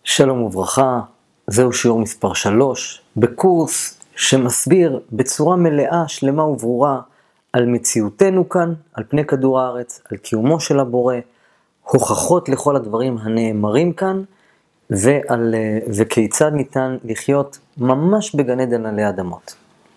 שלום וברכה, זהו שיעור מספר 3 בקורס שמסביר בצורה מלאה, שלמה וברורה על מציאותנו כאן, על פני כדור הארץ, על קיומו של הבורא, הוכחות לכל הדברים הנאמרים כאן, וכיצד ניתן לחיות ממש בגן עדן עלי אדמות.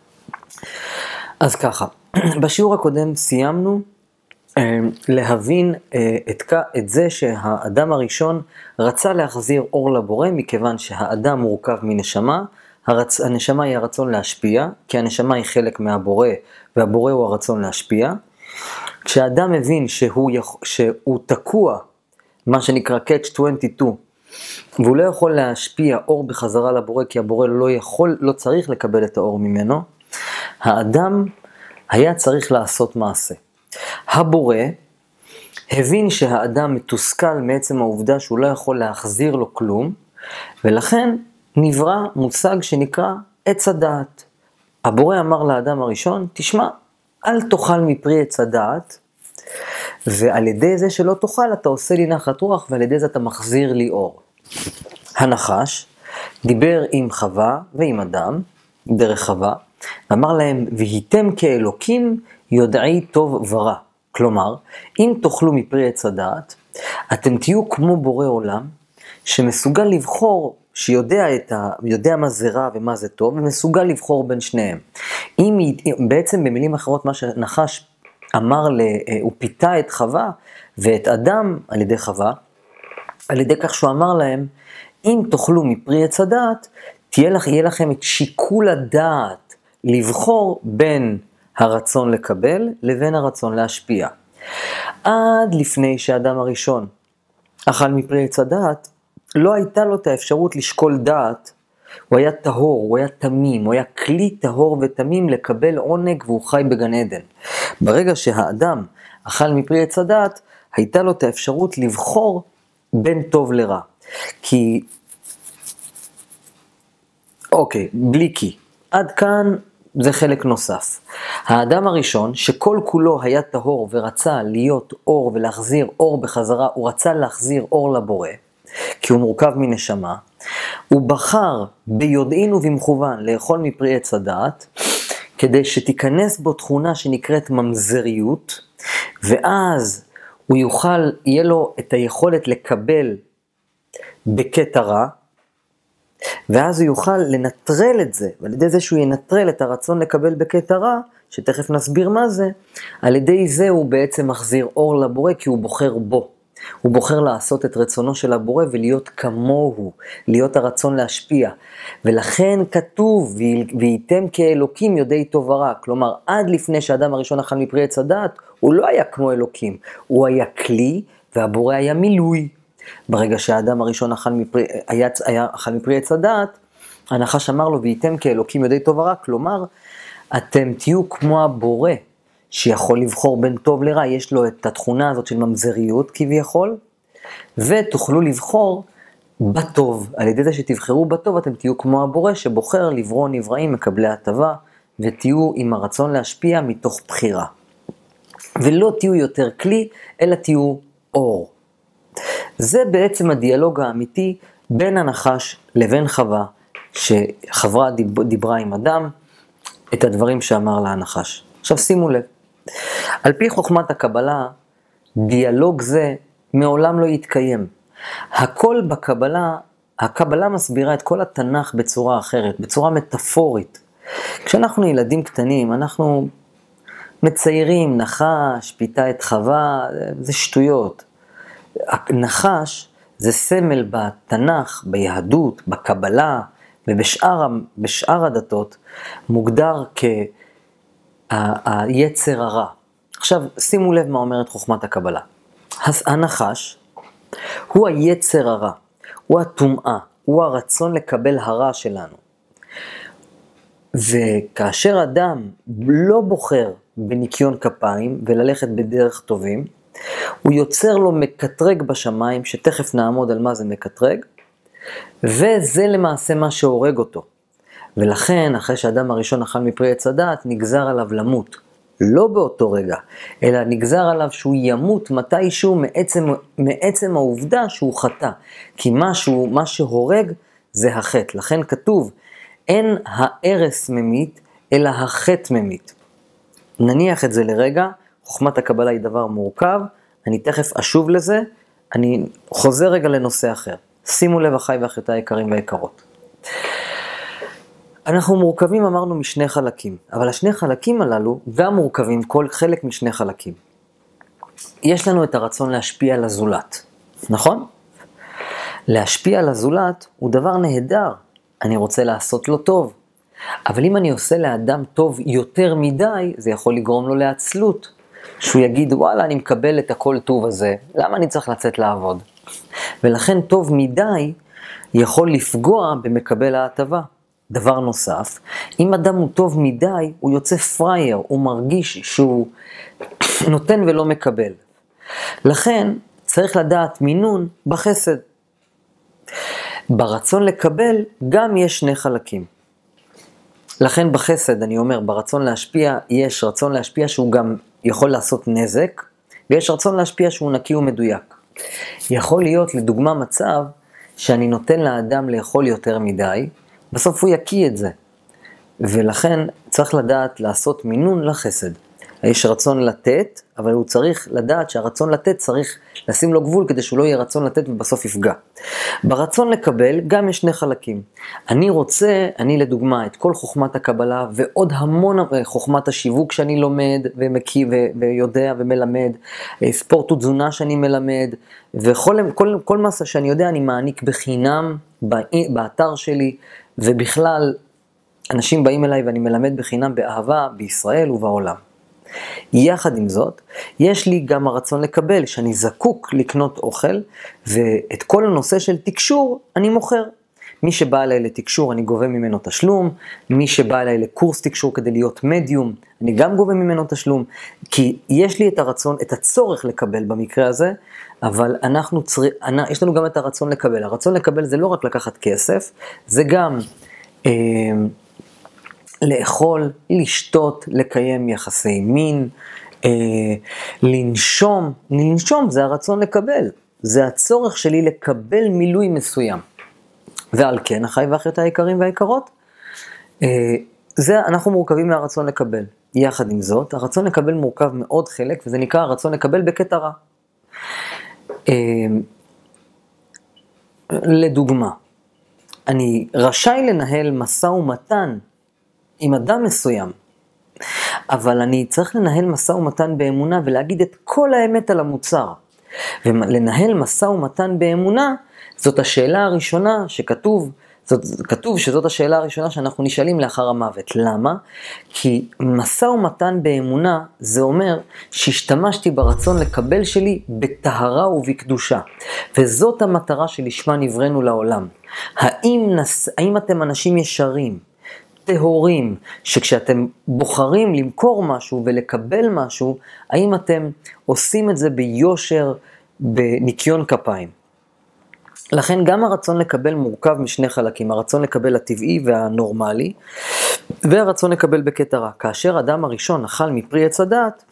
אז ככה, בשיעור הקודם סיימנו להבין את זה שהאדם הראשון רצה להחזיר אור לבורא, מכיוון שהאדם מורכב מנשמה, הנשמה היא הרצון להשפיע, כי הנשמה היא חלק מהבורא, והבורא הוא הרצון להשפיע. כשהאדם מבין שהוא תקוע, מה שנקרא catch 22, והוא לא יכול להשפיע אור בחזרה לבורא, כי הבורא לא צריך לקבל את האור ממנו, האדם היה צריך לעשות מעשה. הבורא הבין שהאדם מתוסכל מעצם העובדה שהוא לא יכול להחזיר לו כלום, ולכן נברא מושג שנקרא עץ הדעת. הבורא אמר לאדם הראשון, תשמע, אל תאכל מפרי עץ הדעת, ועל ידי זה שלא תאכל אתה עושה לי נחת רוח, ועל ידי זה אתה מחזיר לי אור. הנחש דיבר עם חווה ועם אדם, דרך חווה, ואמר להם, והייתם כאלוקים יודעי טוב ורע. כלומר, אם תאכלו מפרי עץ הדעת, אתם תהיו כמו בורא עולם, שמסוגל לבחור, שיודע מה זה רע ומה זה טוב, ומסוגל לבחור בין שניהם. בעצם במילים אחרות מה שנחש אמר, הוא פיתה את חווה ואת אדם על ידי חווה, על ידי כך שהוא אמר להם, אם תאכלו מפרי עץ הדעת, יהיה לכם את שיקול הדעת לבחור בין הרצון לקבל לבין הרצון להשפיע. עד לפני שהאדם הראשון אכל מפרי עץ הדעת, לא הייתה לו את האפשרות לשקול דעת. הוא היה טהור, הוא היה תמים, הוא היה כלי טהור ותמים לקבל עונג, והוא חי בגן עדן. ברגע שהאדם אכל מפרי עץ הדעת, הייתה לו את האפשרות לבחור בין טוב לרע. בלי כי. עד כאן זה חלק נוסף. האדם הראשון, שכל כולו היה טהור ורצה להיות אור ולהחזיר אור בחזרה, הוא רצה להחזיר אור לבורא, כי הוא מורכב מנשמה, הוא בחר ביודעין ובמכוון לאכול מפרי עץ הדעת, כדי שתיכנס בו תכונה שנקראת ממזריות, ואז יהיה לו את היכולת לקבל בקטע רע, ואז הוא יוכל לנטרל את זה, ועל ידי זה שהוא ינטרל את הרצון לקבל בקטע רע, שתכף נסביר מה זה, על ידי זה הוא בעצם מחזיר אור לבורא, כי הוא בוחר בו. הוא בוחר לעשות את רצונו של הבורא ולהיות כמוהו, להיות הרצון להשפיע. ולכן כתוב, והייתם כאלוקים יודעי טוב ורע. כלומר, עד לפני שהאדם הראשון אכל מפרי עץ הדעת, הוא לא היה כמו אלוקים. הוא היה כלי, והבורא היה מילוי. ברגע שהאדם הראשון אכל מפרי עץ הדעת, הנחש אמר לו, והייתם כאלוקים יודעי טוב ורע. כלומר, אתם תהיו כמו הבורא, שיכול לבחור בין טוב לרע, יש לו את התכונה הזאת של ממזריות כביכול, ותוכלו לבחור בטוב. על ידי זה שתבחרו בטוב, אתם תהיו כמו הבורא שבוחר לברוא נבראים מקבלי הטבה, ותהיו עם הרצון להשפיע מתוך בחירה. ולא תהיו יותר כלי, אלא תהיו אור. זה בעצם הדיאלוג האמיתי בין הנחש לבין חווה, שחווה דיברה עם אדם את הדברים שאמר לה הנחש. עכשיו שימו לב, על פי חוכמת הקבלה, דיאלוג זה מעולם לא יתקיים. הכל בקבלה, הקבלה מסבירה את כל התנ"ך בצורה אחרת, בצורה מטאפורית. כשאנחנו ילדים קטנים, אנחנו מציירים נחש, פיתה את חווה, זה שטויות. הנחש זה סמל בתנ"ך, ביהדות, בקבלה ובשאר הדתות, מוגדר היצר הרע. עכשיו, שימו לב מה אומרת חוכמת הקבלה. הנחש הוא היצר הרע, הוא הטומאה, הוא הרצון לקבל הרע שלנו. וכאשר אדם לא בוחר בניקיון כפיים וללכת בדרך טובים, הוא יוצר לו מקטרג בשמיים, שתכף נעמוד על מה זה מקטרג, וזה למעשה מה שהורג אותו. ולכן, אחרי שהאדם הראשון אכל מפרי עץ הדעת, נגזר עליו למות. לא באותו רגע, אלא נגזר עליו שהוא ימות מתישהו מעצם העובדה שהוא חטא. כי מה שהורג זה החטא. לכן כתוב, אין הארס ממית, אלא החטא ממית. נניח את זה לרגע, חוכמת הקבלה היא דבר מורכב, אני תכף אשוב לזה, אני חוזר רגע לנושא אחר. שימו לב אחי ואחיותיי היקרים והיקרות. אנחנו מורכבים, אמרנו, משני חלקים, אבל השני חלקים הללו גם מורכבים, כל חלק משני חלקים. יש לנו את הרצון להשפיע על הזולת, נכון? להשפיע על הזולת הוא דבר נהדר, אני רוצה לעשות לו טוב, אבל אם אני עושה לאדם טוב יותר מדי, זה יכול לגרום לו לעצלות, שהוא יגיד, וואלה, אני מקבל את הכל טוב הזה, למה אני צריך לצאת לעבוד? ולכן טוב מדי יכול לפגוע במקבל ההטבה. דבר נוסף, אם אדם הוא טוב מדי, הוא יוצא פרייר, הוא מרגיש שהוא נותן ולא מקבל. לכן צריך לדעת מינון בחסד. ברצון לקבל גם יש שני חלקים. לכן בחסד, אני אומר, ברצון להשפיע, יש רצון להשפיע שהוא גם יכול לעשות נזק, ויש רצון להשפיע שהוא נקי ומדויק. יכול להיות לדוגמה מצב שאני נותן לאדם לאכול יותר מדי, בסוף הוא יקיא את זה. ולכן צריך לדעת לעשות מינון לחסד. יש רצון לתת, אבל הוא צריך לדעת שהרצון לתת צריך לשים לו גבול כדי שהוא לא יהיה רצון לתת ובסוף יפגע. ברצון לקבל גם יש שני חלקים. אני לדוגמה את כל חוכמת הקבלה ועוד המון חוכמת השיווק שאני לומד ומקיא ויודע ומלמד, ספורט ותזונה שאני מלמד, וכל מסע שאני יודע אני מעניק בחינם באתר שלי, ובכלל אנשים באים אליי ואני מלמד בחינם באהבה בישראל ובעולם. יחד עם זאת, יש לי גם הרצון לקבל, שאני זקוק לקנות אוכל, ואת כל הנושא של תקשור אני מוכר. מי שבא אליי לתקשור, אני גובה ממנו תשלום, מי שבא אליי לקורס תקשור כדי להיות מדיום, אני גם גובה ממנו תשלום, כי יש לי את הרצון, את הצורך לקבל במקרה הזה, אבל יש לנו גם את הרצון לקבל. הרצון לקבל זה לא רק לקחת כסף, זה גם לאכול, לשתות, לקיים יחסי מין, לנשום. לנשום זה הרצון לקבל, זה הצורך שלי לקבל מילוי מסוים. ועל כן, אחי ואחיותיי היקרים והיקרות, אנחנו מורכבים מהרצון לקבל. יחד עם זאת, הרצון לקבל מורכב מאוד חלק, וזה נקרא הרצון לקבל בקטע רע. לדוגמה, אני רשאי לנהל משא ומתן עם אדם מסוים, אבל אני צריך לנהל משא ומתן באמונה ולהגיד את כל האמת על המוצר. ולנהל משא ומתן באמונה, זאת השאלה הראשונה כתוב שזאת השאלה הראשונה שאנחנו נשאלים לאחר המוות. למה? כי משא ומתן באמונה זה אומר שהשתמשתי ברצון לקבל שלי בטהרה ובקדושה. וזאת המטרה שלשמה נבראנו לעולם. האם אתם אנשים ישרים, טהורים, שכשאתם בוחרים למכור משהו ולקבל משהו, האם אתם עושים את זה ביושר, בניקיון כפיים? לכן גם הרצון לקבל מורכב משני חלקים, הרצון לקבל הטבעי והנורמלי, והרצון לקבל בקטע רע. כאשר אדם הראשון אכל מפרי עץ הדעת,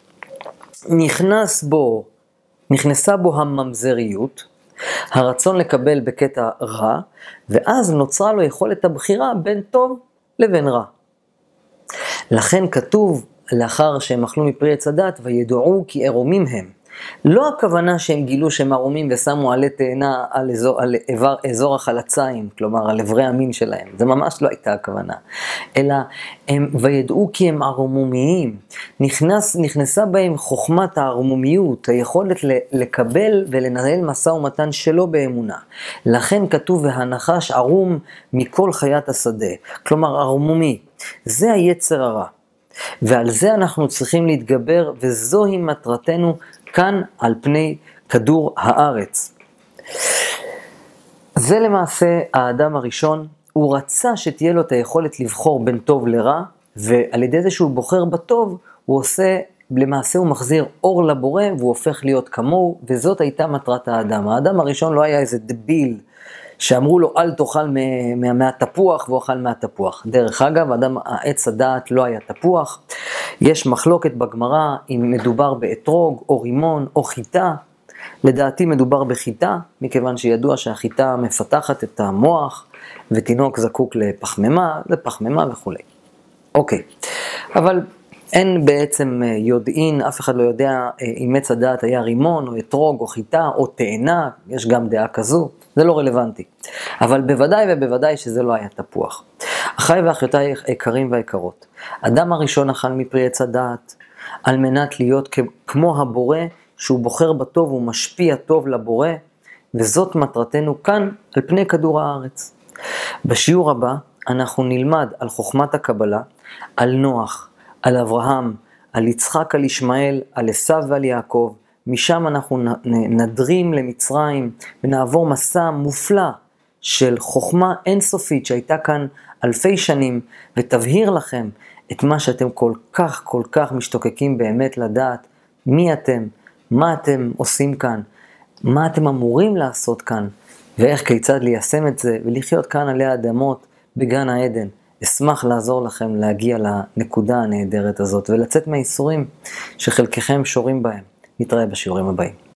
נכנסה בו הממזריות, הרצון לקבל בקטע רע, ואז נוצרה לו יכולת הבחירה בין טוב לבין רע. לכן כתוב, לאחר שהם אכלו מפרי עץ הדעת, וידעו כי ערומים הם. לא הכוונה שהם גילו שהם ערומים ושמו עלי תאנה על אזור החלציים, כלומר על עברי המין שלהם. זה ממש לא הייתה הכוונה. אלא הם וידעו כי הם ערמומיים. נכנסה בהם חוכמת הערמומיות, היכולת לקבל ולנהל משא ומתן שלא באמונה. לכן כתוב והנחש ערום מכל חיית השדה. כלומר ערמומי. זה היצר הרע. ועל זה אנחנו צריכים להתגבר, וזוהי מטרתנו כאן על פני כדור הארץ. זה למעשה האדם הראשון, הוא רצה שתהיה לו את היכולת לבחור בין טוב לרע, ועל ידי זה שהוא בוחר בטוב, למעשה הוא מחזיר אור לבורא, והוא הופך להיות כמוהו, וזאת הייתה מטרת האדם. האדם הראשון לא היה איזה דביל, שאמרו לו אל תאכל מהתפוח, והוא אכל מהתפוח. דרך אגב, עץ הדעת לא היה תפוח. יש מחלוקת בגמרא אם מדובר באתרוג או רימון או חיטה. לדעתי מדובר בחיטה, מכיוון שידוע שהחיטה מפתחת את המוח, ותינוק זקוק לפחמימה, לפחמימה וכו'. אוקיי, אבל אין בעצם יודעין, אף אחד לא יודע אם עץ הדעת היה רימון או אתרוג או חיטה או תאנה, יש גם דעה כזו, זה לא רלוונטי. אבל בוודאי ובוודאי שזה לא היה תפוח. אחיי ואחיותיי היקרים והיקרות, אדם הראשון אכל מפרי עץ הדעת, על מנת להיות כמו הבורא, שהוא בוחר בטוב ומשפיע טוב לבורא, וזאת מטרתנו כאן על פני כדור הארץ. בשיעור הבא אנחנו נלמד על חוכמת הקבלה, על נוח, על אברהם, על יצחק, על ישמעאל, על עשיו ועל יעקב. משם אנחנו נדרים למצרים ונעבור מסע מופלא של חוכמה אינסופית שהייתה כאן אלפי שנים, ותבהיר לכם את מה שאתם כל כך משתוקקים באמת לדעת, מי אתם, מה אתם עושים כאן, מה אתם אמורים לעשות כאן, ואיך כיצד ליישם את זה ולחיות כאן עלי האדמות בגן העדן. אשמח לעזור לכם להגיע לנקודה הנהדרת הזאת ולצאת מהאיסורים שחלקכם שורים בהם. נתראה בשיעורים הבאים.